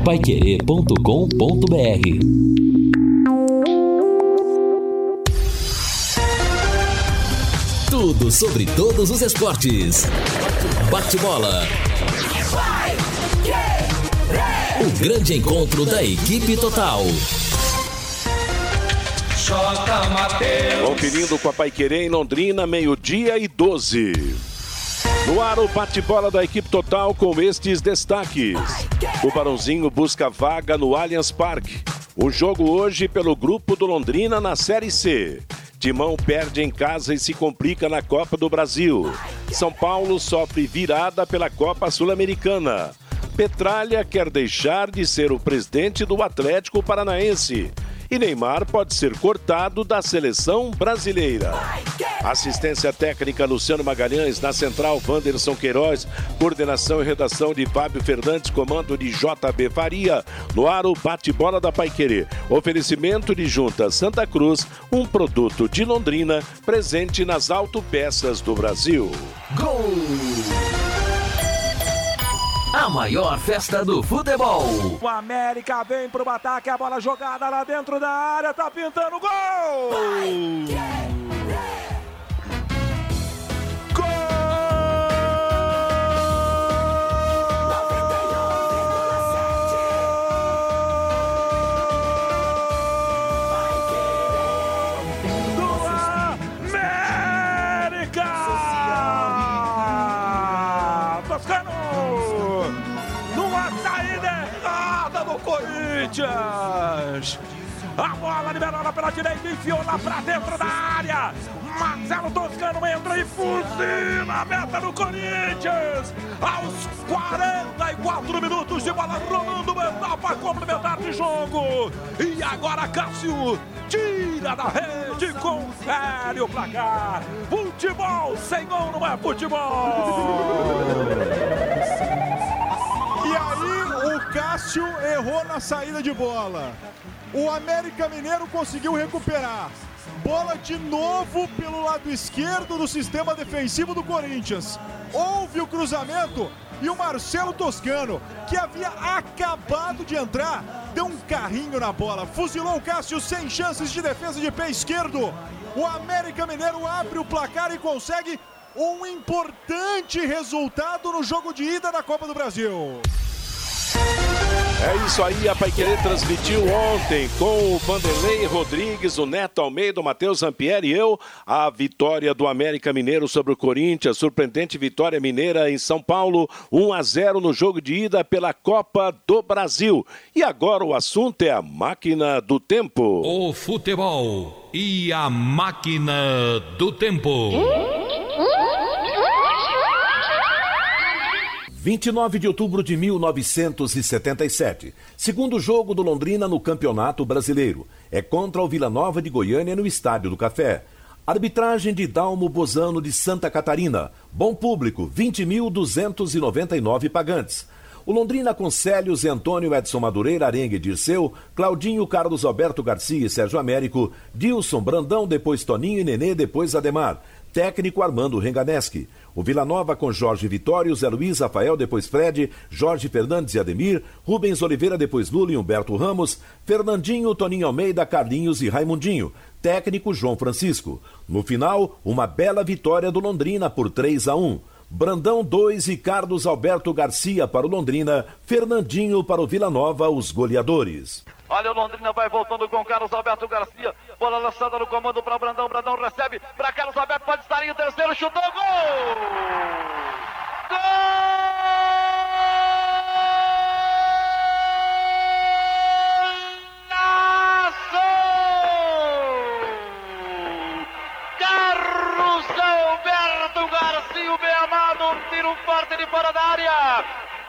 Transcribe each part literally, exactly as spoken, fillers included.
paiquerê ponto com ponto br. Tudo sobre todos os esportes. Bate-bola. O grande encontro da equipe total. Conferindo com a Paiquerê em Londrina, meio-dia e doze. No ar, o bate-bola da equipe total com estes destaques. O Barãozinho busca vaga no Allianz Parque. O jogo hoje pelo grupo do Londrina na Série C. Timão perde em casa e se complica na Copa do Brasil. São Paulo sofre virada pela Copa Sul-Americana. Petralha quer deixar de ser o presidente do Atlético Paranaense. E Neymar pode ser cortado da seleção brasileira. Assistência técnica Luciano Magalhães, na central Wanderson Queiroz, coordenação e redação de Fábio Fernandes, comando de J B Faria. No ar, o bate-bola da Paiquerê. Oferecimento de Junta Santa Cruz, um produto de Londrina, presente nas autopeças do Brasil. Gol! A maior festa do futebol. O América vem pro ataque, a bola jogada lá dentro da área, tá pintando gol! Corinthians, a bola liberada pela direita, enfiou lá pra dentro da área. Marcelo Toscano entra e fuzila a meta do Corinthians. Aos quarenta e quatro minutos de bola rolando, etapa complementar de jogo. E agora Cássio tira da rede, confere o placar. Futebol sem gol não é futebol. E aí o Cássio errou na saída de bola. O América Mineiro conseguiu recuperar. Bola de novo pelo lado esquerdo do sistema defensivo do Corinthians. Houve o cruzamento e o Marcelo Toscano, que havia acabado de entrar, deu um carrinho na bola. Fuzilou o Cássio sem chances de defesa de pé esquerdo. O América Mineiro abre o placar e consegue um importante resultado no jogo de ida da Copa do Brasil. É isso aí, a Paiquerê transmitiu ontem com o Vanderlei Rodrigues, o Neto Almeida, o Matheus Zampieri e eu, a vitória do América Mineiro sobre o Corinthians, surpreendente vitória mineira em São Paulo, um a zero no jogo de ida pela Copa do Brasil. E agora o assunto é a máquina do tempo. O futebol e a máquina do tempo. vinte e nove de outubro de mil novecentos e setenta e sete. Segundo jogo do Londrina no Campeonato Brasileiro. É contra o Vila Nova de Goiânia no Estádio do Café. Arbitragem de Dalmo Bozano de Santa Catarina. Bom público, vinte mil duzentos e noventa e nove pagantes. O Londrina com Célio, Zé Antônio, Edson Madureira, Arengue, Dirceu, Claudinho, Carlos Alberto Garcia e Sérgio Américo, Dilson, Brandão, depois Toninho e Nenê, depois Ademar. Técnico Armando Renganeschi. O Vila Nova com Jorge Vitório, Zé Luiz, Rafael, depois Fred, Jorge Fernandes e Ademir, Rubens Oliveira, depois Lula e Humberto Ramos, Fernandinho, Toninho Almeida, Carlinhos e Raimundinho. Técnico João Francisco. No final, uma bela vitória do Londrina por três a um. Brandão dois e Carlos Alberto Garcia para o Londrina, Fernandinho para o Vila Nova, os goleadores. Olha, o Londrina vai voltando com Carlos Alberto Garcia. Bola lançada no comando para Brandão. Brandão recebe para Carlos Alberto. Pode estar em o terceiro. Chutou. Gol! Gol! Carlos Alberto Garcia, o bem amado. Um tiro forte de fora da área.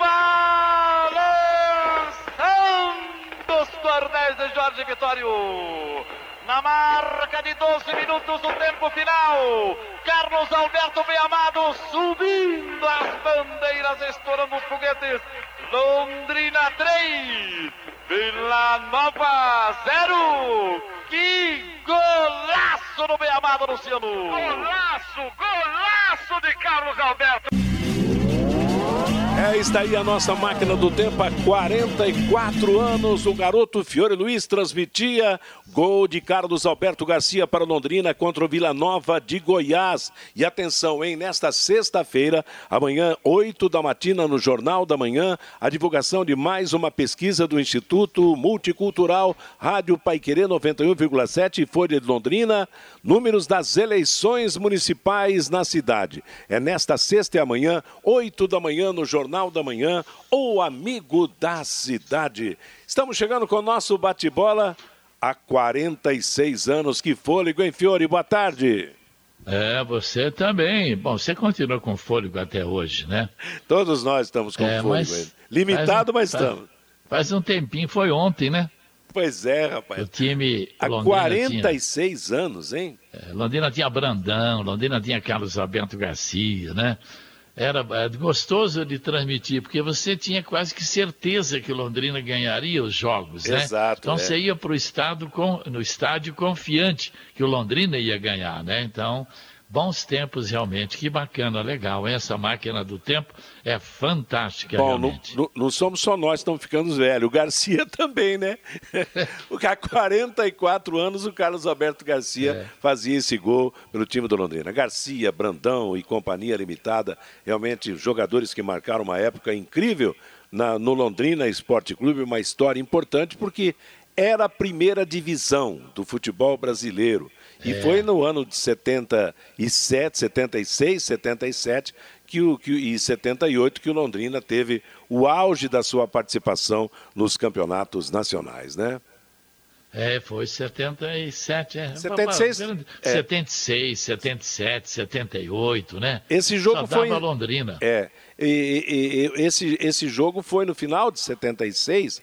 Balançando os cordéis de Jorge Vitório. Na marca de doze minutos do tempo final, Carlos Alberto bem amado subindo as bandeiras, estourando os foguetes. Londrina três, Vila Nova zero. Que golaço do bem amado Luciano. Golaço, golaço de Carlos Alberto. É, está aí a nossa máquina do tempo há quarenta e quatro anos. O garoto Fiore Luiz transmitia gol de Carlos Alberto Garcia para Londrina contra o Vila Nova de Goiás. E atenção, hein? Nesta sexta-feira, amanhã, oito da matina, no Jornal da Manhã, a divulgação de mais uma pesquisa do Instituto Multicultural Rádio Paiquerê noventa e um vírgula sete e Folha de Londrina, números das eleições municipais na cidade. É nesta sexta e amanhã, oito da manhã, no Jornal da Manhã, o Amigo da Cidade. Estamos chegando com o nosso bate-bola há quarenta e seis anos. Que fôlego, hein, Fiore? Boa tarde. É, você também. Bom, você continua com fôlego até hoje, né? Todos nós estamos com é, fôlego. Mas limitado, um, mas faz, estamos. Faz um tempinho, foi ontem, né? Pois é, rapaz. O time há Londrina quarenta e seis tinha, anos, hein? É, Londrina tinha Brandão, Londrina tinha Carlos Alberto Garcia, né? Era gostoso de transmitir, porque você tinha quase que certeza que o Londrina ganharia os jogos, né? Exato. Então é. você ia para o estádio, no estádio confiante que o Londrina ia ganhar, né? Então, bons tempos realmente, que bacana, legal. Essa máquina do tempo é fantástica. Bom, realmente. Não, não somos só nós que estamos ficando velhos, o Garcia também, né? Há quarenta e quatro anos o Carlos Alberto Garcia é. fazia esse gol pelo time do Londrina. Garcia, Brandão e Companhia Limitada, realmente jogadores que marcaram uma época incrível na, no Londrina Esporte Clube, uma história importante porque era a primeira divisão do futebol brasileiro. E é. foi no ano de setenta e sete, setenta e seis, setenta e sete que o, que, e setenta e oito que o Londrina teve o auge da sua participação nos campeonatos nacionais, né? É, foi setenta e sete, é. setenta e seis, é. setenta e seis, setenta e sete, setenta e oito, né? Esse jogo Só foi dava Londrina. É, e, e, e, esse, esse jogo foi no final de setenta e seis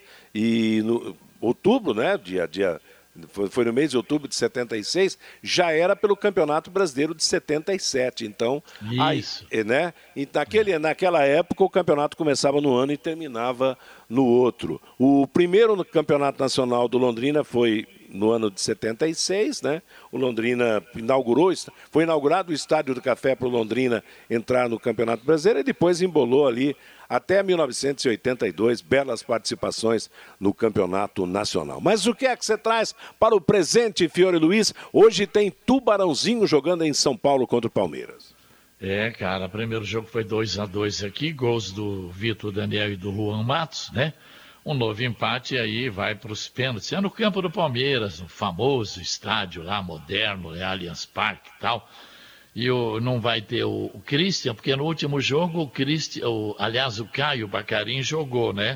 e no outubro, né? Dia, dia Foi, foi no mês de outubro de setenta e seis, já era pelo Campeonato Brasileiro de setenta e sete. Então, Isso. Aí, né? E naquele, naquela época o campeonato começava no ano e terminava no outro. O primeiro Campeonato Nacional do Londrina foi no ano de setenta e seis, né? O Londrina inaugurou, foi inaugurado o Estádio do Café para o Londrina entrar no Campeonato Brasileiro e depois embolou ali até mil novecentos e oitenta e dois, belas participações no Campeonato Nacional. Mas o que é que você traz para o presente, Fiore Luiz? Hoje tem Tubarãozinho jogando em São Paulo contra o Palmeiras. É, cara, o primeiro jogo foi dois a dois aqui, gols do Vitor Daniel e do Juan Matos, né? Um novo empate e aí vai para os pênaltis. É no campo do Palmeiras, no famoso estádio lá, moderno, é Allianz Parque e tal. E o, não vai ter o, o Christian, porque no último jogo o Christian, o, aliás, o Caio Bacarim jogou, né?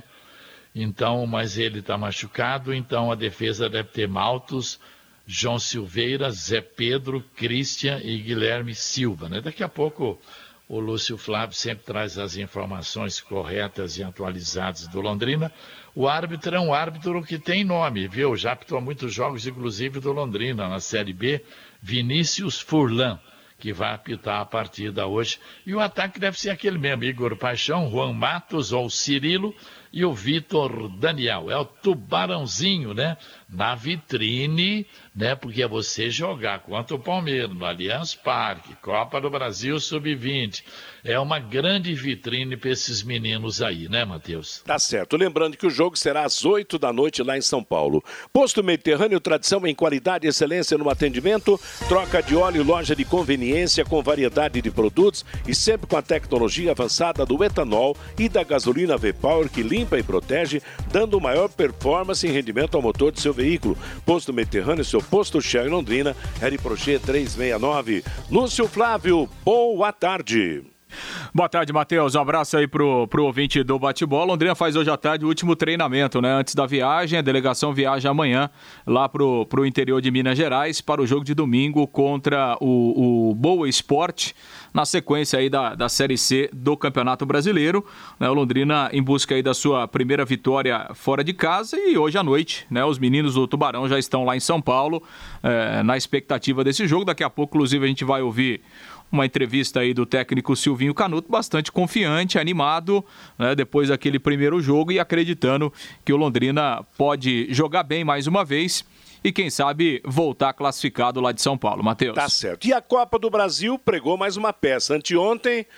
Então, mas ele está machucado, então a defesa deve ter Maltos, João Silveira, Zé Pedro, Christian e Guilherme Silva, né? Daqui a pouco o Lúcio Flávio sempre traz as informações corretas e atualizadas do Londrina. O árbitro é um árbitro que tem nome, viu? Já apitou muitos jogos, inclusive do Londrina, na Série B, Vinícius Furlan, que vai apitar a partida hoje. E o ataque deve ser aquele mesmo, Igor Paixão, Juan Matos ou Cirilo e o Vitor Daniel. É o Tubarãozinho, né? Na vitrine, né? Porque é você jogar contra o Palmeiras, no Allianz Parque, Copa do Brasil sub vinte. É uma grande vitrine para esses meninos aí, né, Matheus? Tá certo. Lembrando que o jogo será às oito da noite lá em São Paulo. Posto Mediterrâneo, tradição em qualidade e excelência no atendimento, troca de óleo, loja de conveniência com variedade de produtos e sempre com a tecnologia avançada do etanol e da gasolina V-Power que limpa e protege, dando maior performance e rendimento ao motor de seu veículo. Posto Mediterrâneo, seu posto Shell em Londrina, R Prochê trezentos e sessenta e nove. Lúcio Flávio, boa tarde. Boa tarde, Matheus. Um abraço aí pro, pro ouvinte do Bate-Bola. Londrina faz hoje à tarde o último treinamento, né? Antes da viagem, a delegação viaja amanhã lá pro, pro interior de Minas Gerais para o jogo de domingo contra o, o Boa Esporte, na sequência aí da, da Série C do Campeonato Brasileiro, né? O Londrina em busca aí da sua primeira vitória fora de casa e hoje à noite, né? Os meninos do Tubarão já estão lá em São Paulo, é, na expectativa desse jogo. Daqui a pouco, inclusive, a gente vai ouvir uma entrevista aí do técnico Silvinho Canuto, bastante confiante, animado, né, depois daquele primeiro jogo e acreditando que o Londrina pode jogar bem mais uma vez e quem sabe voltar classificado lá de São Paulo. Matheus. Tá certo. E a Copa do Brasil pregou mais uma peça. Anteontem,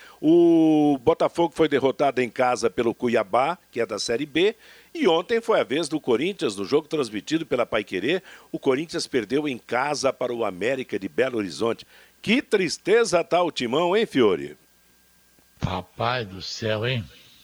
o Botafogo foi derrotado em casa pelo Cuiabá, que é da Série B, e ontem foi a vez do Corinthians, no jogo transmitido pela Paiquerê. O Corinthians perdeu em casa para o América de Belo Horizonte. Que tristeza tá o Timão, hein, Fiore? Papai do céu, hein?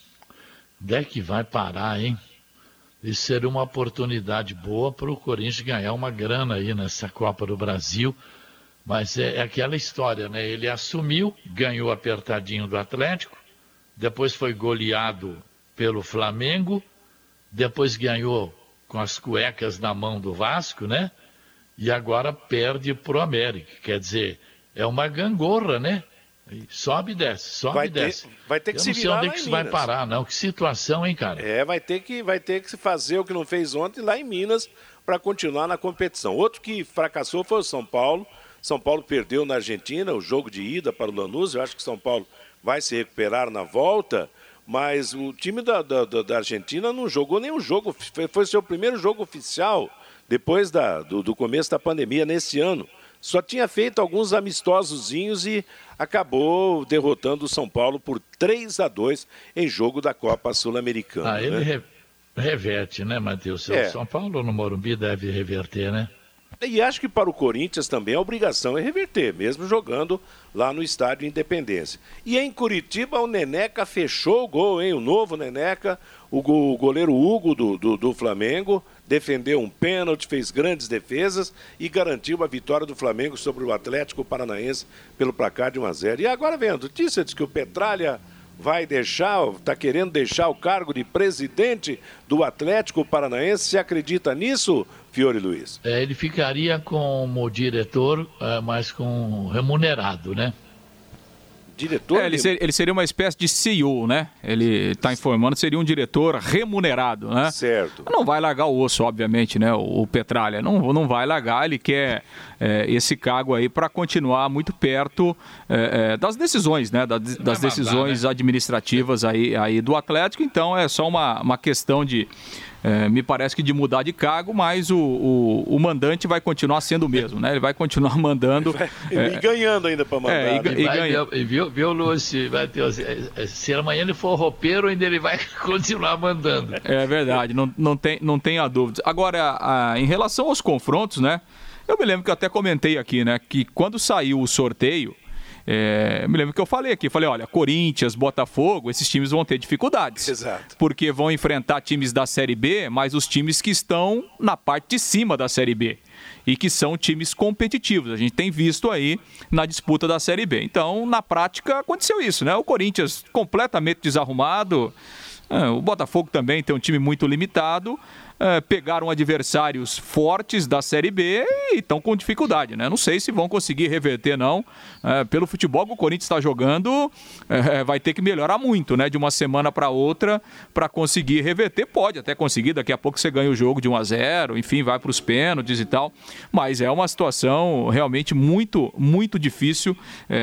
Onde é que vai parar, hein? Isso seria uma oportunidade boa para o Corinthians ganhar uma grana aí nessa Copa do Brasil. Mas é, é aquela história, né? Ele assumiu, ganhou apertadinho do Atlético, depois foi goleado pelo Flamengo, depois ganhou com as cuecas na mão do Vasco, né? E agora perde pro América. Quer dizer, é uma gangorra, né? Sobe e desce, sobe vai e desce. Ter, vai ter que Eu se não sei virar onde é lá que em isso vai Minas. parar, não. Que situação, hein, cara? É, vai ter que, vai ter que se fazer o que não fez ontem lá em Minas para continuar na competição. Outro que fracassou foi o São Paulo. São Paulo perdeu na Argentina o jogo de ida para o Lanús. Eu acho que São Paulo vai se recuperar na volta, mas o time da, da, da Argentina não jogou nenhum jogo. Foi, foi seu primeiro jogo oficial depois da, do, do começo da pandemia nesse ano. Só tinha feito alguns amistosozinhos e acabou derrotando o São Paulo por três a dois em jogo da Copa Sul-Americana. Ah, ele né? re- reverte, né, Matheus? É. O São Paulo no Morumbi deve reverter, né? E acho que para o Corinthians também a obrigação é reverter, mesmo jogando lá no Estádio Independência. E em Curitiba o Neneca fechou o gol, hein? O novo Neneca, o, go- o goleiro Hugo do, do, do Flamengo, defendeu um pênalti, fez grandes defesas e garantiu a vitória do Flamengo sobre o Atlético Paranaense pelo placar de um a zero. E agora vem a notícia de que o Petralha vai deixar, está querendo deixar o cargo de presidente do Atlético Paranaense. Você acredita nisso, Fiore Luiz? É, ele ficaria como diretor, é, mas com remunerado, né? Diretor? É, ele, ser- ele seria uma espécie de C E O, né? Ele está informando, seria um diretor remunerado, né? Certo. Não vai largar o osso, obviamente, né? O, o Petralha não, não vai largar, ele quer é, esse cargo aí para continuar muito perto é, é, das decisões, né? Da- das decisões administrativas aí, aí do Atlético. Então é só uma, uma questão de, é, me parece que de mudar de cargo, mas o, o, o mandante vai continuar sendo o mesmo, né? Ele vai continuar mandando. E ganhando ainda para mandar. É, e, né? e Vai, ganha. viu, viu, viu, Lúcio? Matheus, é, é, se amanhã ele for roupeiro, ainda ele vai continuar mandando. É verdade, não, não, tem, não tenha dúvidas. Agora, a- em relação aos confrontos, né? Eu me lembro que eu até comentei aqui, né? Que quando saiu o sorteio, é, eu me lembro que eu falei aqui, falei, olha, Corinthians, Botafogo, esses times vão ter dificuldades. Exato. Porque vão enfrentar times da Série B, mas os times que estão na parte de cima da Série B. E que são times competitivos. A gente tem visto aí na disputa da Série B. Então, na prática, aconteceu isso, né? O Corinthians completamente desarrumado. É, o Botafogo também tem um time muito limitado. É, pegaram adversários fortes da Série B e estão com dificuldade, né? Não sei se vão conseguir reverter, não. É, pelo futebol que o Corinthians está jogando, é, vai ter que melhorar muito, né? De uma semana para outra para conseguir reverter. Pode até conseguir, daqui a pouco você ganha o jogo de um a zero, enfim, vai para os pênaltis e tal. Mas é uma situação realmente muito, muito difícil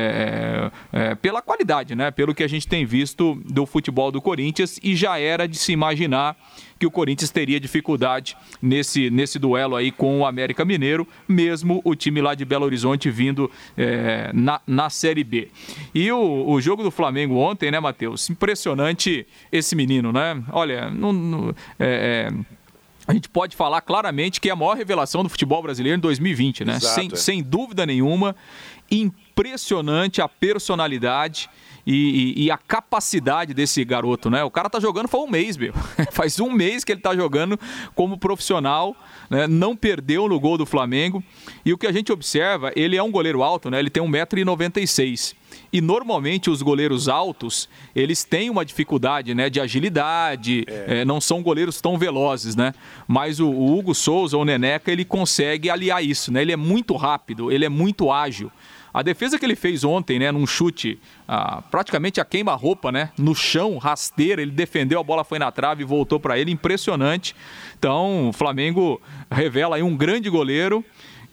é, é, pela qualidade, né? Pelo que a gente tem visto do futebol do Corinthians, e já era de se imaginar que o Corinthians teria dificuldade nesse, nesse duelo aí com o América Mineiro, mesmo o time lá de Belo Horizonte vindo é, na, na Série B. E o, o jogo do Flamengo ontem, né, Matheus? Impressionante esse menino, né? Olha, não, não, é, é, a gente pode falar claramente que é a maior revelação do futebol brasileiro em dois mil e vinte, né? Exato, sem, é. sem dúvida nenhuma. Impressionante a personalidade e, e- e a capacidade desse garoto, né? O cara tá jogando faz um mês, meu. Faz um mês que ele tá jogando como profissional, né? Não perdeu no gol do Flamengo. E o que a gente observa, ele é um goleiro alto, né? Ele tem um metro e noventa e seis. E normalmente os goleiros altos, eles têm uma dificuldade, né, de agilidade, é, não são goleiros tão velozes, né? Mas o, o Hugo Souza, o Neneca, ele consegue aliar isso, né? Ele é muito rápido, ele é muito ágil. A defesa que ele fez ontem, né, num chute ah, praticamente a queima-roupa, né, no chão, rasteira, ele defendeu, a bola foi na trave e voltou para ele, impressionante. Então, o Flamengo revela aí um grande goleiro.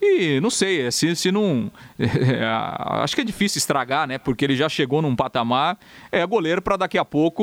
E não sei, se, se não... É, acho que é difícil estragar, né? Porque ele já chegou num patamar. É goleiro para daqui a pouco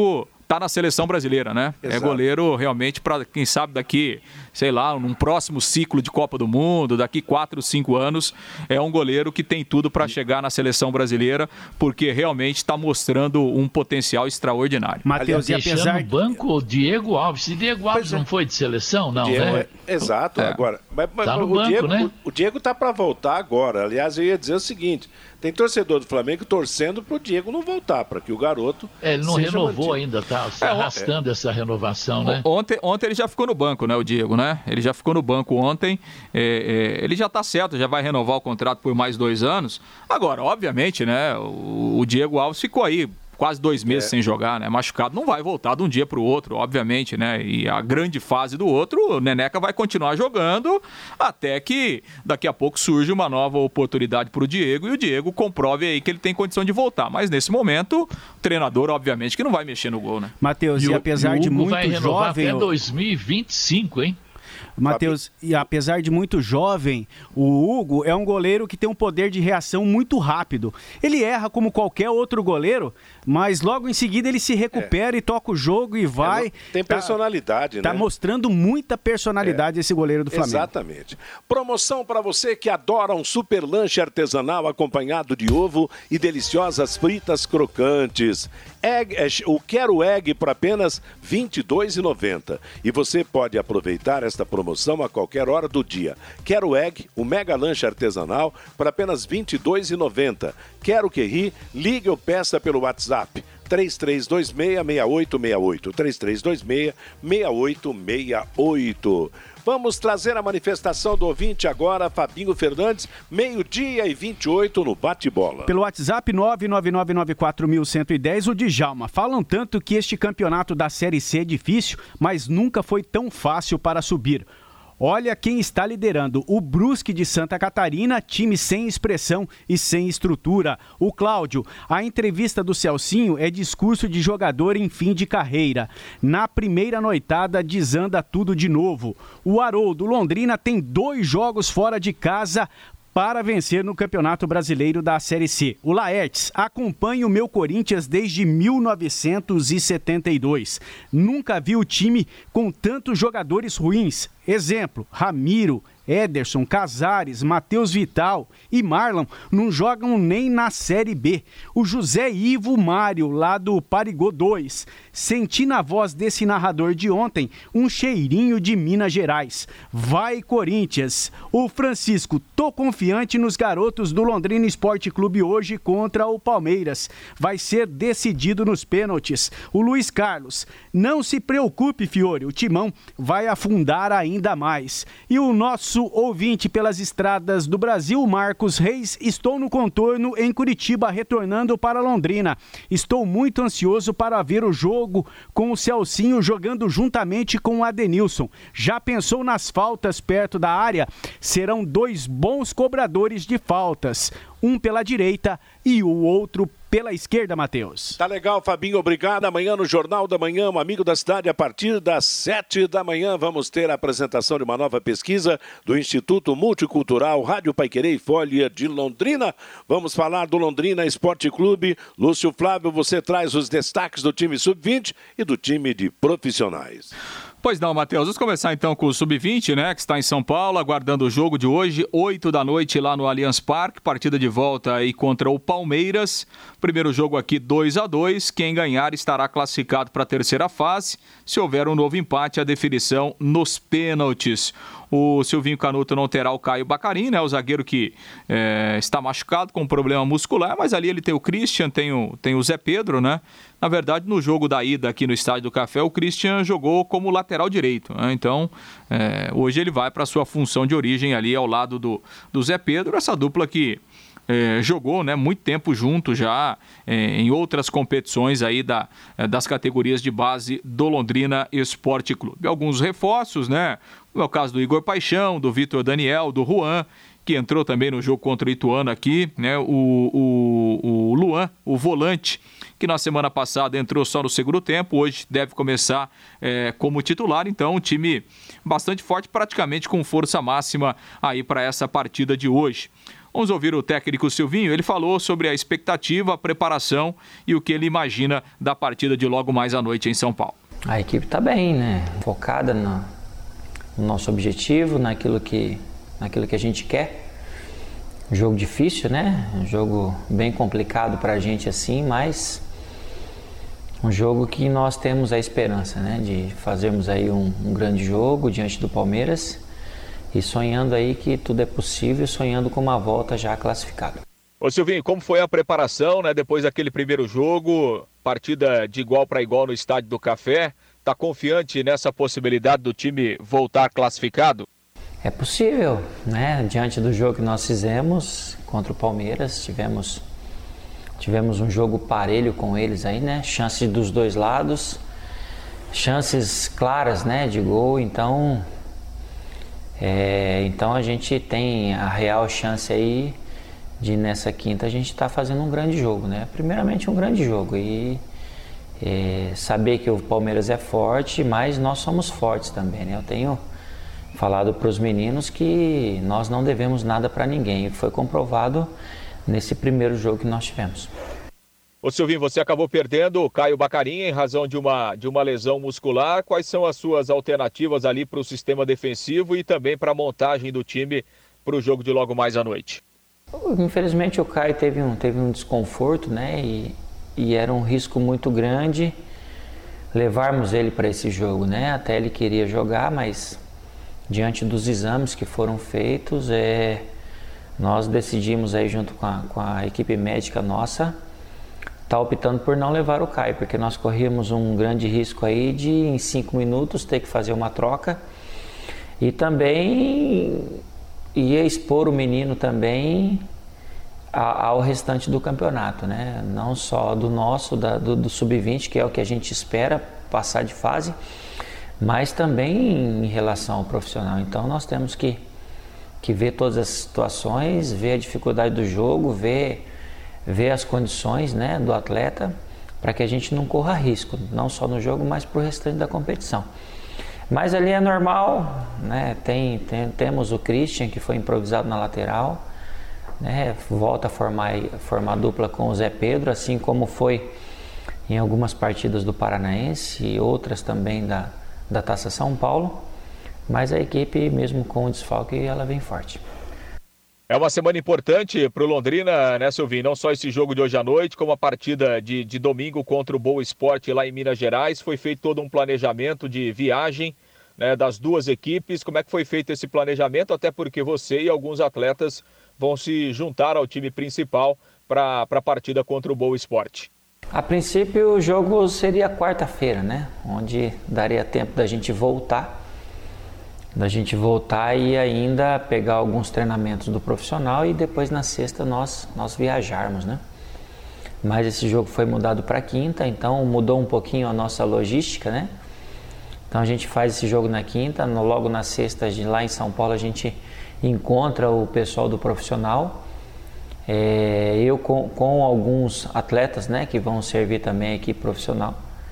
tá na seleção brasileira, né? Exato. É goleiro realmente para, quem sabe, daqui, sei lá, num próximo ciclo de Copa do Mundo, daqui quatro, cinco anos, é um goleiro que tem tudo para chegar na seleção brasileira, porque realmente está mostrando um potencial extraordinário. Matheus, e apesar no banco o Diego Alves, e Diego Alves não foi de seleção, não, Diego, né? É, exato, é. agora. Mas, mas tá no o, banco, Diego, né? o, o Diego tá para voltar agora. Aliás, eu ia dizer o seguinte: tem torcedor do Flamengo torcendo pro Diego não voltar, para que o garoto. É, ele não renovou mantido. ainda, tá? Se arrastando é. essa renovação, né? Ontem, ontem ele já ficou no banco, né, o Diego, né? Ele já ficou no banco ontem. É, é, ele já tá certo, já vai renovar o contrato por mais dois anos. Agora, obviamente, né? O, o Diego Alves ficou aí quase dois meses é. sem jogar, né? Machucado, não vai voltar de um dia para o outro, obviamente, né? E a grande fase do outro, o Neneca vai continuar jogando até que daqui a pouco surge uma nova oportunidade para o Diego e o Diego comprove aí que ele tem condição de voltar. Mas nesse momento, o treinador, obviamente, que não vai mexer no gol, né? Matheus, e, e apesar e de muito vai renovar jovem... até dois mil e vinte e cinco, hein? Matheus, e apesar de muito jovem, o Hugo é um goleiro que tem um poder de reação muito rápido. Ele erra como qualquer outro goleiro, mas logo em seguida ele se recupera é. e toca o jogo e vai. É, tem personalidade, tá, né? Tá mostrando muita personalidade é. esse goleiro do Flamengo. Exatamente. Promoção para você que adora um super lanche artesanal acompanhado de ovo e deliciosas fritas crocantes. Egg, o Quero Egg por apenas vinte e dois reais e noventa centavos. E você pode aproveitar esta promoção a qualquer hora do dia. Quero Egg, o mega lanche artesanal, por apenas vinte e dois reais e noventa centavos. Quero que ri, ligue ou peça pelo WhatsApp. três três dois seis, seis oito seis oito. três três dois seis, seis oito seis oito. Vamos trazer a manifestação do ouvinte agora, Fabinho Fernandes, meio-dia e vinte e oito no Bate-Bola. Pelo WhatsApp nove nove nove nove quatro um um um zero, o Djalma. Falam tanto que este campeonato da Série C é difícil, mas nunca foi tão fácil para subir. Olha quem está liderando, o Brusque de Santa Catarina, time sem expressão e sem estrutura. O Cláudio, a entrevista do Celcinho é discurso de jogador em fim de carreira. Na primeira noitada, desanda tudo de novo. O Haroldo, Londrina tem dois jogos fora de casa para vencer no Campeonato Brasileiro da Série C. O Laertes, acompanha o meu Corinthians desde mil novecentos e setenta e dois. Nunca vi o time com tantos jogadores ruins. Exemplo, Ramiro, Ederson, Casares, Matheus Vital e Marlon não jogam nem na Série B. O José Ivo Mário, lá do Parigô dois. Senti na voz desse narrador de ontem um cheirinho de Minas Gerais. Vai, Corinthians! O Francisco, tô confiante nos garotos do Londrina Esporte Clube hoje contra o Palmeiras. Vai ser decidido nos pênaltis. O Luiz Carlos, não se preocupe, Fiore, o Timão vai afundar ainda mais. E o nosso ouvinte pelas estradas do Brasil, Marcos Reis, estou no contorno em Curitiba, retornando para Londrina. Estou muito ansioso para ver o jogo com o Celcinho jogando juntamente com o Adenilson. Já pensou nas faltas perto da área? Serão dois bons cobradores de faltas, um pela direita e o outro pela esquerda, Matheus. Tá legal, Fabinho, obrigado. Amanhã no Jornal da Manhã, um amigo da cidade, a partir das sete da manhã, vamos ter a apresentação de uma nova pesquisa do Instituto Multicultural Rádio Paiquerê e Folha de Londrina. Vamos falar do Londrina Esporte Clube. Lúcio Flávio, você traz os destaques do time sub vinte e do time de profissionais. Pois não, Matheus. Vamos começar então com o sub vinte, né, que está em São Paulo, aguardando o jogo de hoje, oito da noite lá no Allianz Parque, partida de volta aí contra o Palmeiras. Primeiro jogo aqui dois a dois, quem ganhar estará classificado para a terceira fase. Se houver um novo empate, a definição nos pênaltis. O Silvinho Canuto não terá o Caio Bacarin, né, o zagueiro que é, está machucado com problema muscular, mas ali ele tem o Christian, tem o, tem o Zé Pedro, né? Na verdade, no jogo da ida aqui no Estádio do Café, o Christian jogou como lateral direito, né? Então, é, hoje ele vai para a sua função de origem ali ao lado do, do Zé Pedro, essa dupla que É, jogou, né, muito tempo junto já é, em outras competições aí da, é, das categorias de base do Londrina Esporte Clube. Alguns reforços, né? É o caso do Igor Paixão, do Vitor Daniel, do Juan, que entrou também no jogo contra o Ituano aqui, né? O, o, o Luan, o volante, que na semana passada entrou só no segundo tempo, hoje deve começar é, como titular, então um time bastante forte, praticamente com força máxima aí para essa partida de hoje. Vamos ouvir o técnico Silvinho. Ele falou sobre a expectativa, a preparação e o que ele imagina da partida de logo mais à noite em São Paulo. A equipe está bem, né? Focada no, no nosso objetivo, naquilo que, naquilo que a gente quer. Jogo difícil, né? Um jogo bem complicado para a gente assim, mas um jogo que nós temos a esperança, né? De fazermos aí um, um grande jogo diante do Palmeiras e sonhando aí que tudo é possível, sonhando com uma volta já classificada. Ô Silvinho, como foi a preparação, né? Depois daquele primeiro jogo, partida de igual para igual no Estádio do Café, tá confiante nessa possibilidade do time voltar classificado? É possível, né? Diante do jogo que nós fizemos contra o Palmeiras, tivemos, tivemos um jogo parelho com eles aí, né? Chances dos dois lados, chances claras, né? De gol, então, é, então a gente tem a real chance aí de nessa quinta a gente estar tá fazendo um grande jogo, né? Primeiramente um grande jogo e é, saber que o Palmeiras é forte, mas nós somos fortes também, né? Eu tenho falado para os meninos que nós não devemos nada para ninguém. Foi comprovado nesse primeiro jogo que nós tivemos. Ô Silvinho, você acabou perdendo o Caio Bacarinha em razão de uma, de uma lesão muscular. Quais são as suas alternativas ali para o sistema defensivo e também para a montagem do time para o jogo de logo mais à noite? Infelizmente o Caio teve um, teve um desconforto, né? E, e era um risco muito grande levarmos ele para esse jogo, né? Até ele queria jogar, mas diante dos exames que foram feitos, é, nós decidimos aí junto com a, com a equipe médica nossa, tá optando por não levar o Caio, porque nós corríamos um grande risco aí de em cinco minutos ter que fazer uma troca e também ia expor o menino também a, ao restante do campeonato, né? Não só do nosso, da, do, do sub vinte, que é o que a gente espera passar de fase, mas também em relação ao profissional. Então nós temos que, que ver todas as situações, ver a dificuldade do jogo, ver, ver as condições, né, do atleta, para que a gente não corra risco, não só no jogo, mas para o restante da competição. Mas ali é normal, né? tem, tem, temos o Christian, que foi improvisado na lateral, né? Volta a formar, formar dupla com o Zé Pedro, assim como foi em algumas partidas do Paranaense e outras também da da Taça São Paulo, mas a equipe, mesmo com o desfalque, ela vem forte. É uma semana importante para o Londrina, né, Silvinho? Não só esse jogo de hoje à noite, como a partida de, de domingo contra o Boa Esporte lá em Minas Gerais. Foi feito todo um planejamento de viagem, né, das duas equipes. Como é que foi feito esse planejamento? Até porque você e alguns atletas vão se juntar ao time principal para a partida contra o Boa Esporte. A princípio o jogo seria quarta-feira, né? Onde daria tempo da gente voltar, da gente voltar e ainda pegar alguns treinamentos do profissional e depois na sexta nós, nós viajarmos, né? Mas esse jogo foi mudado para quinta, então mudou um pouquinho a nossa logística, né? Então a gente faz esse jogo na quinta, no, logo na sexta lá em São Paulo a gente encontra o pessoal do profissional. É, eu com, com alguns atletas, né, que vão servir também a equipe profissional.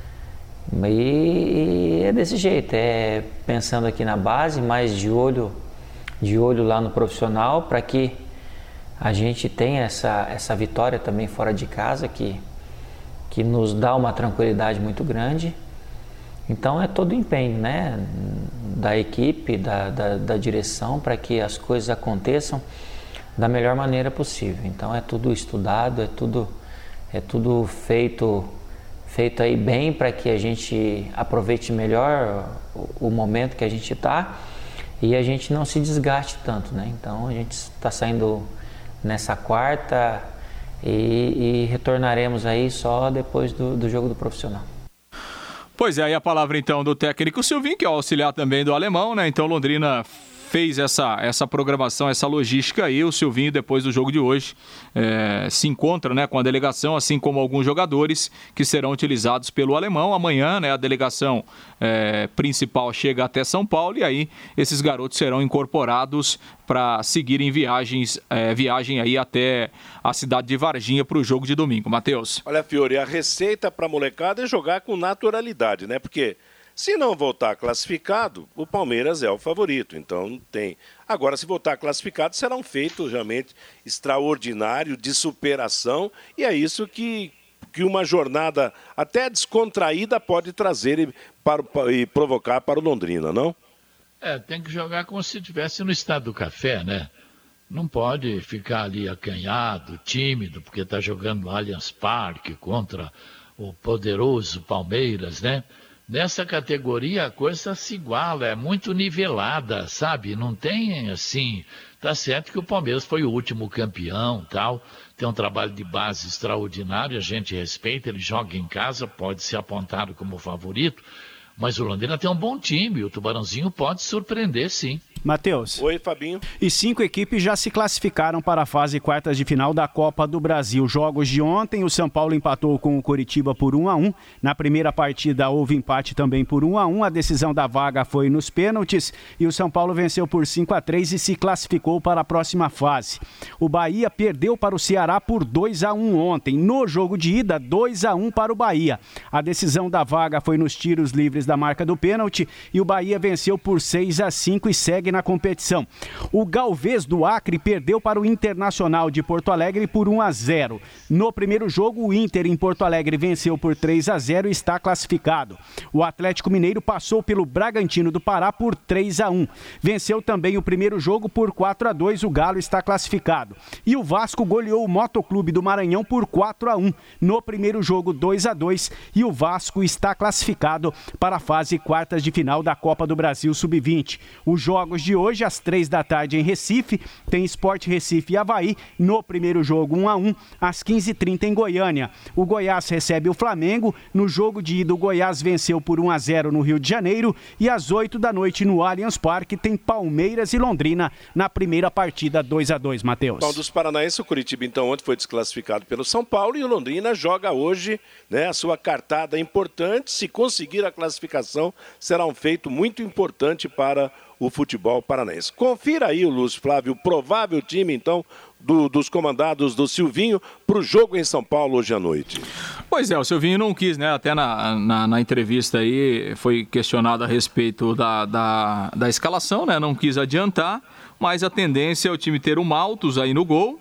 E, e é desse jeito, é pensando aqui na base, mas de olho, de olho lá no profissional, para que a gente tenha essa, essa vitória também fora de casa, que, que nos dá uma tranquilidade muito grande. Então é todo o empenho, né, da equipe, da, da, da direção, para que as coisas aconteçam da melhor maneira possível. Então é tudo estudado, é tudo, é tudo feito, feito aí bem para que a gente aproveite melhor o, o momento que a gente está e a gente não se desgaste tanto, né? Então a gente está saindo nessa quarta e, e retornaremos aí só depois do, do jogo do profissional. Pois é, aí a palavra então do técnico Silvinho, que é o auxiliar também do alemão, né? Então Londrina fez essa, essa programação, essa logística aí. O Silvinho, depois do jogo de hoje, é, se encontra, né, com a delegação, assim como alguns jogadores que serão utilizados pelo alemão. Amanhã, né, a delegação é, principal chega até São Paulo e aí esses garotos serão incorporados para seguirem viagens, é, viagem aí até a cidade de Varginha para o jogo de domingo. Matheus. Olha, Fiore, a receita para a molecada é jogar com naturalidade, né? Porque Se não voltar classificado, o Palmeiras é o favorito, então não tem. Agora, se voltar classificado, será um feito realmente extraordinário, de superação, e é isso que, que uma jornada até descontraída pode trazer e, para, e provocar para o Londrina, não? É, tem que jogar como se estivesse no estado do café, né? Não pode ficar ali acanhado, tímido, porque está jogando no Allianz Parque contra o poderoso Palmeiras, né? Nessa categoria a coisa se iguala, é muito nivelada, sabe? Não tem assim... Tá certo que o Palmeiras foi o último campeão, tal, tem um trabalho de base extraordinário, a gente respeita, ele joga em casa, pode ser apontado como favorito, mas o Londrina tem um bom time, o Tubarãozinho pode surpreender, sim. Matheus. Oi, Fabinho. E cinco equipes já se classificaram para a fase quartas de final da Copa do Brasil. Jogos de ontem, o São Paulo empatou com o Coritiba por um a um. Na primeira partida houve empate também por um a um. A decisão da vaga foi nos pênaltis e o São Paulo venceu por cinco a três e se classificou para a próxima fase. O Bahia perdeu para o Ceará por dois a um ontem. No jogo de ida, dois a um para o Bahia. A decisão da vaga foi nos tiros livres da marca do pênalti e o Bahia venceu por seis a cinco e segue na competição. O Galvez do Acre perdeu para o Internacional de Porto Alegre por um a zero. No primeiro jogo, o Inter em Porto Alegre venceu por três a zero e está classificado. O Atlético Mineiro passou pelo Bragantino do Pará por três a um. Venceu também o primeiro jogo por quatro a dois, o Galo está classificado. E o Vasco goleou o Motoclube do Maranhão por quatro a um. No primeiro jogo, dois a dois, e o Vasco está classificado para a fase quartas de final da Copa do Brasil sub vinte. Os jogos de hoje, às três da tarde em Recife, tem Sport Recife e Avaí. No primeiro jogo, um a um, às quinze e trinta em Goiânia. O Goiás recebe o Flamengo. No jogo de ida, o Goiás venceu por um a zero no Rio de Janeiro. E às oito da noite, no Allianz Parque, tem Palmeiras e Londrina na primeira partida, dois a dois, Matheus. Bom, dos paranaenses, o Curitiba, então, ontem foi desclassificado pelo São Paulo e o Londrina joga hoje, né, a sua cartada importante. Se conseguir a classificação, será um feito muito importante para o futebol paranaense. Confira aí, o Lúcio Flávio, o provável time, então, do, dos comandados do Silvinho para o jogo em São Paulo hoje à noite. Pois é, o Silvinho não quis, né? Até na, na, na entrevista aí foi questionado a respeito da, da, da escalação, né? Não quis adiantar, mas a tendência é o time ter o Maltos aí no gol,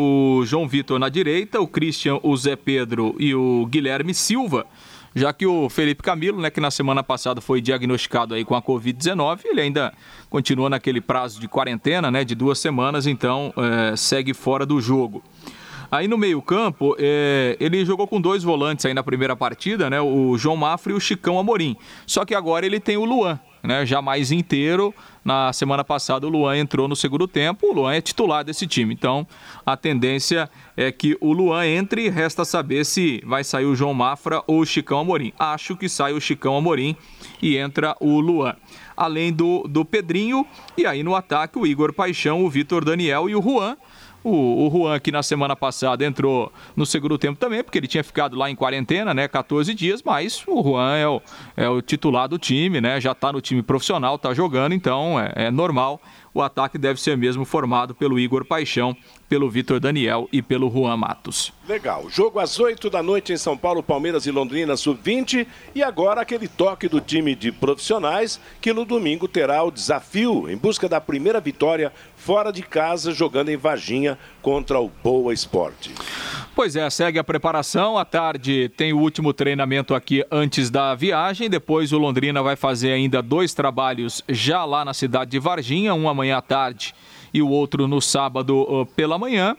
o João Vitor na direita, o Christian, o Zé Pedro e o Guilherme Silva. Já que o Felipe Camilo, né, que na semana passada foi diagnosticado aí com a covid dezenove, ele ainda continua naquele prazo de quarentena, né, de duas semanas, então é, segue fora do jogo. Aí no meio-campo, é, ele jogou com dois volantes aí na primeira partida, né, o João Mafra e o Chicão Amorim. Só que agora ele tem o Luan, né, já mais inteiro. Na semana passada o Luan entrou no segundo tempo, o Luan é titular desse time. Então a tendência é que o Luan entre e resta saber se vai sair o João Mafra ou o Chicão Amorim. Acho que sai o Chicão Amorim e entra o Luan. Além do, do Pedrinho, e aí no ataque o Igor Paixão, o Vitor Daniel e o Juan. O, o Juan, que na semana passada entrou no segundo tempo também, porque ele tinha ficado lá em quarentena, né, catorze dias, mas o Juan é o, é o titular do time, né, já está no time profissional, está jogando, então é, é normal. O ataque deve ser mesmo formado pelo Igor Paixão, pelo Vitor Daniel e pelo Juan Matos. Legal. Jogo às oito da noite em São Paulo, Palmeiras e Londrina sub vinte. E agora aquele toque do time de profissionais que no domingo terá o desafio em busca da primeira vitória fora de casa, jogando em Varginha contra o Boa Esporte. Pois é, segue a preparação. À tarde tem o último treinamento aqui antes da viagem. Depois o Londrina vai fazer ainda dois trabalhos já lá na cidade de Varginha, um amanhã à tarde e o outro no sábado uh, pela manhã.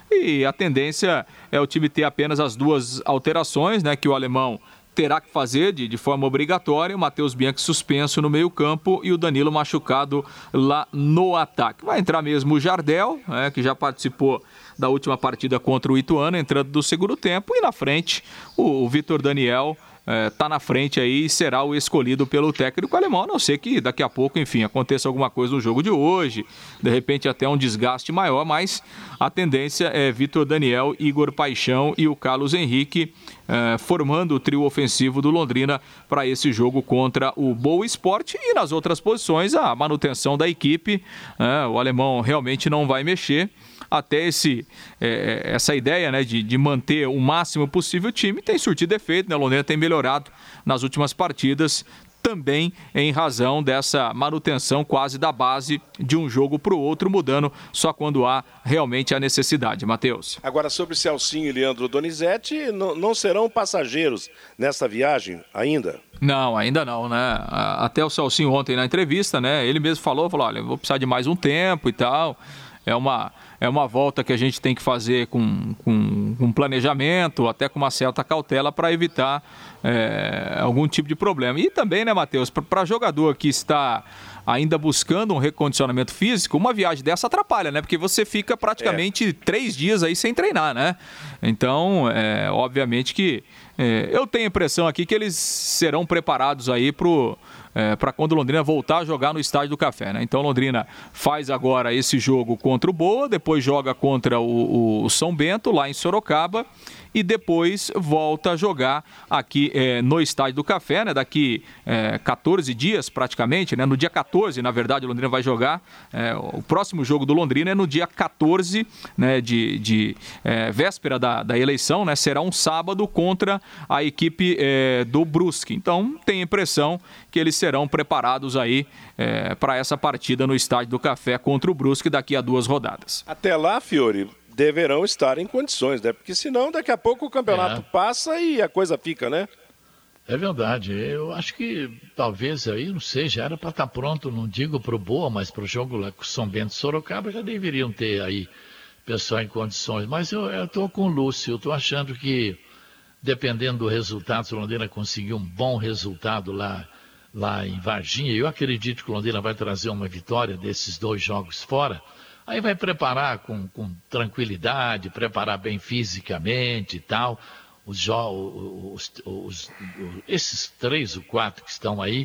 E a tendência é o time ter apenas as duas alterações, né, que o alemão terá que fazer de, de forma obrigatória. O Matheus Bianchi suspenso no meio campo e o Danilo machucado lá no ataque. Vai entrar mesmo o Jardel, né, que já participou da última partida contra o Ituano, entrando do segundo tempo. E na frente o, o Vitor Daniel está é, na frente aí e será o escolhido pelo técnico alemão, a não ser que daqui a pouco, enfim, aconteça alguma coisa no jogo de hoje, de repente até um desgaste maior, mas a tendência é Vitor Daniel, Igor Paixão e o Carlos Henrique é, formando o trio ofensivo do Londrina para esse jogo contra o Boa Esporte. E nas outras posições a manutenção da equipe, é, o alemão realmente não vai mexer. Até esse, é, essa ideia, né, de, de manter o máximo possível o time tem surtido efeito, né? O Londrina tem melhorado nas últimas partidas, também em razão dessa manutenção quase da base de um jogo para o outro, mudando só quando há realmente a necessidade. Matheus. Agora, sobre Celcinho e Leandro Donizete, não, não serão passageiros nessa viagem ainda? Não, ainda não, né? Até o Celcinho ontem na entrevista, né? Ele mesmo falou, falou, olha, eu vou precisar de mais um tempo e tal. É uma, é uma volta que a gente tem que fazer com, com, com planejamento, até com uma certa cautela para evitar é, algum tipo de problema. E também, né, Matheus, para jogador que está ainda buscando um recondicionamento físico, uma viagem dessa atrapalha, né? Porque você fica praticamente é. três dias aí sem treinar, né? Então, é, obviamente que é, eu tenho a impressão aqui que eles serão preparados aí pro É, para quando Londrina voltar a jogar no Estádio do Café, né? Então Londrina faz agora esse jogo contra o Boa, depois joga contra o, o São Bento lá em Sorocaba e depois volta a jogar aqui é, no Estádio do Café, né? Daqui é, quatorze dias praticamente, né? No dia quatorze, na verdade, o Londrina vai jogar. É, o próximo jogo do Londrina é no dia quatorze, né? De, de é, véspera da, da eleição, né? Será um sábado contra a equipe é, do Brusque. Então tem a impressão que eles serão preparados aí é, para essa partida no Estádio do Café contra o Brusque daqui a duas rodadas. Até lá, Fiore, deverão estar em condições, né? Porque senão daqui a pouco o campeonato é. passa e a coisa fica, né? É verdade. Eu acho que talvez aí, não sei, já era para estar pronto, não digo para o Boa, mas para o jogo lá com São Bento e Sorocaba já deveriam ter aí pessoal em condições. Mas eu estou com o Lúcio, eu estou achando que dependendo do resultado, se o Londrina conseguir um bom resultado lá lá em Varginha, eu acredito que o Londrina vai trazer uma vitória desses dois jogos fora, aí vai preparar com, com tranquilidade, preparar bem fisicamente e tal, os, os, os, os, esses três ou quatro que estão aí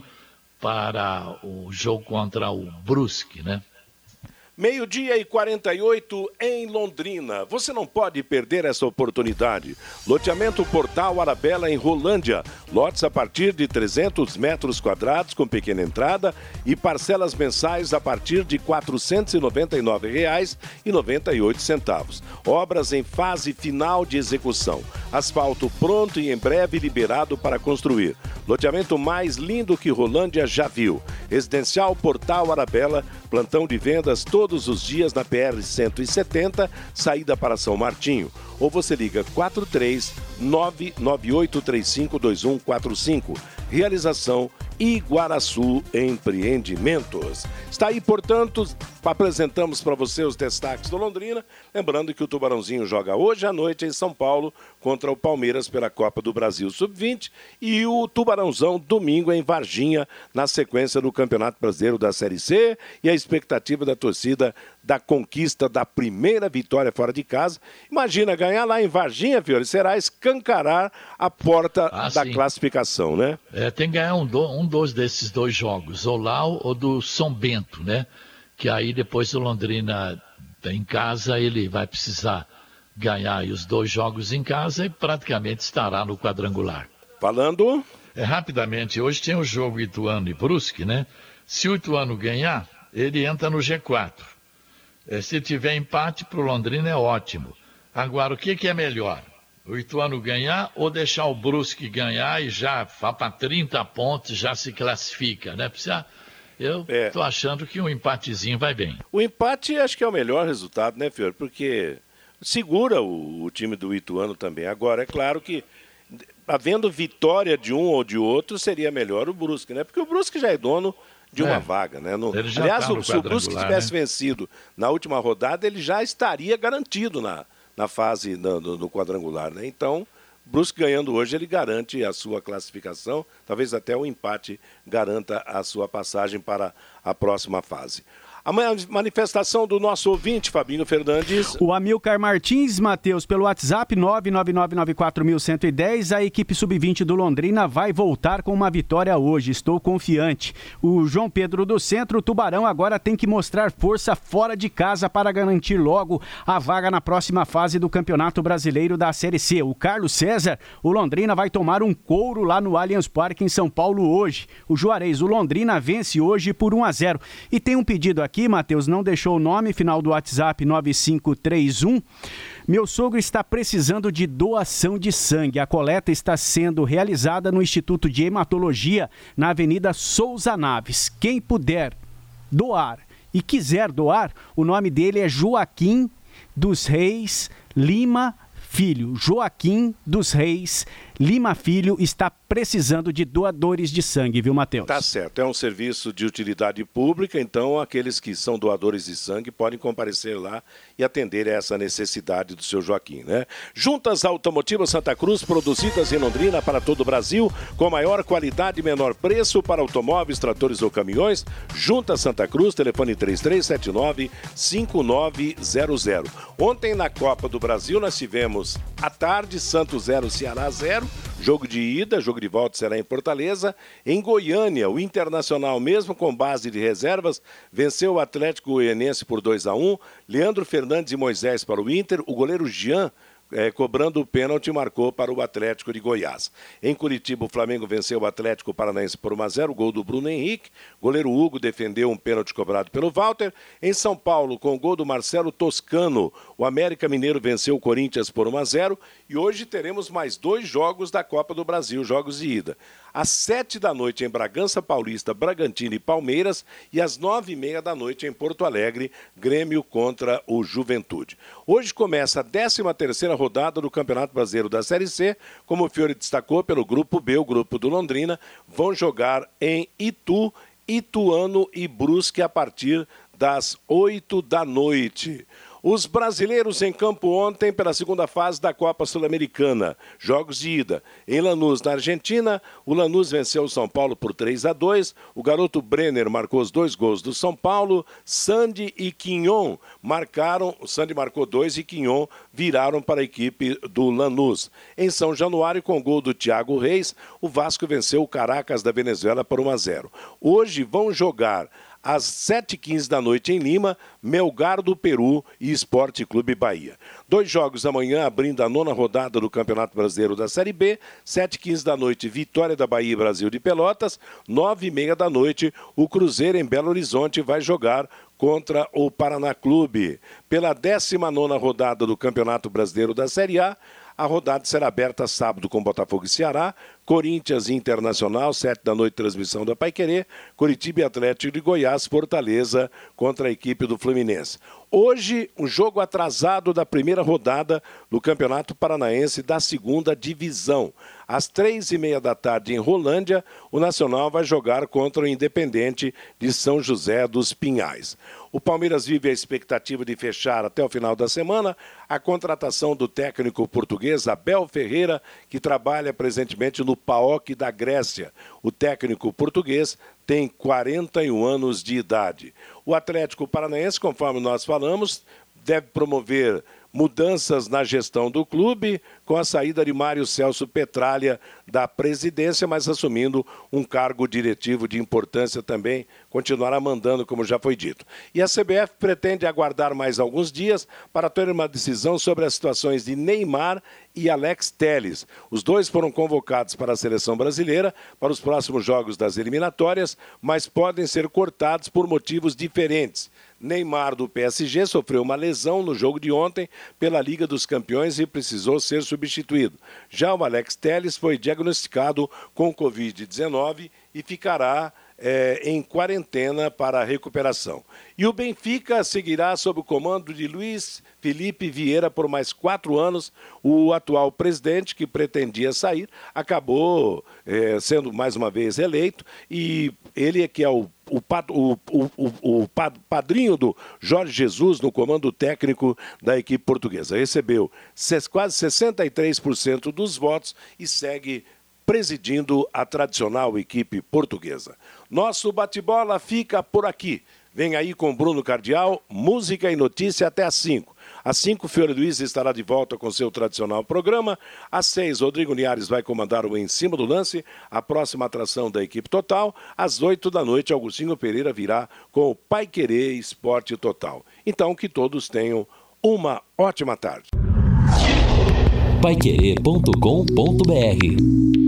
para o jogo contra o Brusque, né? Meio-dia e quarenta e oito em Londrina. Você não pode perder essa oportunidade. Loteamento Portal Arabella em Rolândia. Lotes a partir de trezentos metros quadrados com pequena entrada e parcelas mensais a partir de quatrocentos e noventa e nove reais e noventa e oito centavos. Obras em fase final de execução. Asfalto pronto e em breve liberado para construir. Loteamento mais lindo que Rolândia já viu. Residencial Portal Arabella, plantão de vendas todos os dias na P R cento e setenta, saída para São Martinho. Ou você liga quatro três nove nove oito três cinco dois um quatro cinco. Realização Iguaraçu Empreendimentos. Está aí, portanto, apresentamos para você os destaques do Londrina. Lembrando que o Tubarãozinho joga hoje à noite em São Paulo contra o Palmeiras pela Copa do Brasil sub vinte e o Tubarãozão domingo em Varginha na sequência do Campeonato Brasileiro da Série C e a expectativa da torcida da conquista da primeira vitória fora de casa. Imagina, ganhar lá em Varginha, Fiore, será escancarar a porta ah, da sim. classificação, né? É, tem que ganhar um, do, um dos desses dois jogos, ou lá ou do São Bento, né? Que aí depois o Londrina em casa, ele vai precisar ganhar os dois jogos em casa e praticamente estará no quadrangular. Falando? É, rapidamente, hoje tem o jogo Ituano e Brusque, né? Se o Ituano ganhar, ele entra no G quatro. É, se tiver empate para o Londrina é ótimo. Agora, o que, que é melhor? O Ituano ganhar ou deixar o Brusque ganhar e já vá para trinta pontos, já se classifica, né? Precisa... Eu estou é. achando que um empatezinho vai bem. O empate acho que é o melhor resultado, né, Fiore? Porque segura o, o time do Ituano também. Agora, é claro que, havendo vitória de um ou de outro, seria melhor o Brusque, né? Porque o Brusque já é dono de uma é. vaga, né? No, aliás, tá o, se o Brusque tivesse né? vencido na última rodada, ele já estaria garantido na, na fase do, do, do quadrangular, né? Então, Brusque ganhando hoje, ele garante a sua classificação, talvez até o empate garanta a sua passagem para a próxima fase. A manifestação do nosso ouvinte, Fabinho Fernandes. O Amilcar Martins, Matheus, pelo WhatsApp nove nove nove nove quatro um zero um zero. A equipe sub vinte do Londrina vai voltar com uma vitória hoje. Estou confiante. O João Pedro do Centro, o Tubarão agora tem que mostrar força fora de casa para garantir logo a vaga na próxima fase do Campeonato Brasileiro da Série C. O Carlos César, o Londrina vai tomar um couro lá no Allianz Parque em São Paulo hoje. O Juarez, o Londrina vence hoje por um a zero. E tem um pedido aqui aqui, Matheus, não deixou o nome, final do WhatsApp nove cinco três um. Meu sogro está precisando de doação de sangue. A coleta está sendo realizada no Instituto de Hematologia, na Avenida Souza Naves. Quem puder doar e quiser doar, o nome dele é Joaquim dos Reis Lima Filho. Joaquim dos Reis Lima Filho está precisando de doadores de sangue, viu, Matheus? Tá certo, é um serviço de utilidade pública, então aqueles que são doadores de sangue podem comparecer lá e atender a essa necessidade do seu Joaquim, né? Juntas Automotivas Santa Cruz, produzidas em Londrina para todo o Brasil, com maior qualidade e menor preço para automóveis, tratores ou caminhões. Juntas Santa Cruz, telefone três três sete nove, cinco nove zero zero. Ontem na Copa do Brasil nós tivemos à tarde Santos zero, Ceará zero, jogo de ida, jogo de volta será em Fortaleza. Em Goiânia, o Internacional, mesmo com base de reservas, venceu o Atlético Goianiense por dois a um. Leandro Fernandes e Moisés para o Inter. O goleiro Jean, É, cobrando o pênalti, marcou para o Atlético de Goiás. Em Curitiba, o Flamengo venceu o Atlético Paranaense por um a zero, gol do Bruno Henrique. Goleiro Hugo defendeu um pênalti cobrado pelo Walter. Em São Paulo, com o gol do Marcelo Toscano, o América Mineiro venceu o Corinthians por um a zero. E hoje teremos mais dois jogos da Copa do Brasil, jogos de ida. Às sete da noite em Bragança Paulista, Bragantino e Palmeiras. E às nove e meia da noite em Porto Alegre, Grêmio contra o Juventude. Hoje começa a décima terceira rodada do Campeonato Brasileiro da Série C. Como o Fiore destacou, pelo Grupo B, o Grupo do Londrina, vão jogar em Itu, Ituano e Brusque a partir das oito da noite. Os brasileiros em campo ontem pela segunda fase da Copa Sul-Americana. Jogos de ida. Em Lanús, na Argentina, o Lanús venceu o São Paulo por três a dois. O garoto Brenner marcou os dois gols do São Paulo. Sandy e Quinhon marcaram, o Sandy marcou dois e Quinhon viraram para a equipe do Lanús. Em São Januário, com o gol do Thiago Reis, o Vasco venceu o Caracas da Venezuela por um a zero. Hoje vão jogar às sete e quinze da noite em Lima, Melgar do Peru e Esporte Clube Bahia. Dois jogos amanhã, abrindo a nona rodada do Campeonato Brasileiro da Série B. sete e quinze da noite, Vitória da Bahia e Brasil de Pelotas. nove e meia da noite, o Cruzeiro em Belo Horizonte vai jogar contra o Paraná Clube. Pela décima nona rodada do Campeonato Brasileiro da Série A, a rodada será aberta sábado com Botafogo e Ceará, Corinthians e Internacional, sete da noite, transmissão da Paiquerê, Curitiba e Atlético de Goiás, Fortaleza contra a equipe do Fluminense. Hoje, um jogo atrasado da primeira rodada do Campeonato Paranaense da segunda divisão. Às três e meia da tarde, em Rolândia, o Nacional vai jogar contra o Independente de São José dos Pinhais. O Palmeiras vive a expectativa de fechar até o final da semana a contratação do técnico português Abel Ferreira, que trabalha presentemente no P A O K da Grécia. O técnico português tem quarenta e um anos de idade. O Atlético Paranaense, conforme nós falamos, deve promover mudanças na gestão do clube, com a saída de Mário Celso Petralha da presidência, mas assumindo um cargo diretivo de importância também, continuará mandando, como já foi dito. E a C B F pretende aguardar mais alguns dias para ter uma decisão sobre as situações de Neymar e Alex Telles. Os dois foram convocados para a seleção brasileira para os próximos jogos das eliminatórias, mas podem ser cortados por motivos diferentes. Neymar, do P S G, sofreu uma lesão no jogo de ontem pela Liga dos Campeões e precisou ser substituído. Já o Alex Telles foi diagnosticado com covid dezenove e ficará é, em quarentena para a recuperação. E o Benfica seguirá sob o comando de Luiz Felipe Vieira por mais quatro anos. O atual presidente, que pretendia sair, acabou é, sendo mais uma vez eleito, e ele é que é o O, o, o, o padrinho do Jorge Jesus no comando técnico da equipe portuguesa. Recebeu quase sessenta e três por cento dos votos e segue presidindo a tradicional equipe portuguesa. Nosso bate-bola fica por aqui. Vem aí com Bruno Cardial, música e notícia até às cinco. Às cinco, Fiore Luiz estará de volta com seu tradicional programa. Às seis, Rodrigo Linhares vai comandar o Em Cima do Lance, a próxima atração da equipe total. Às oito da noite, Augustinho Pereira virá com o Paiquerê Esporte Total. Então, que todos tenham uma ótima tarde. paiquerê ponto com ponto br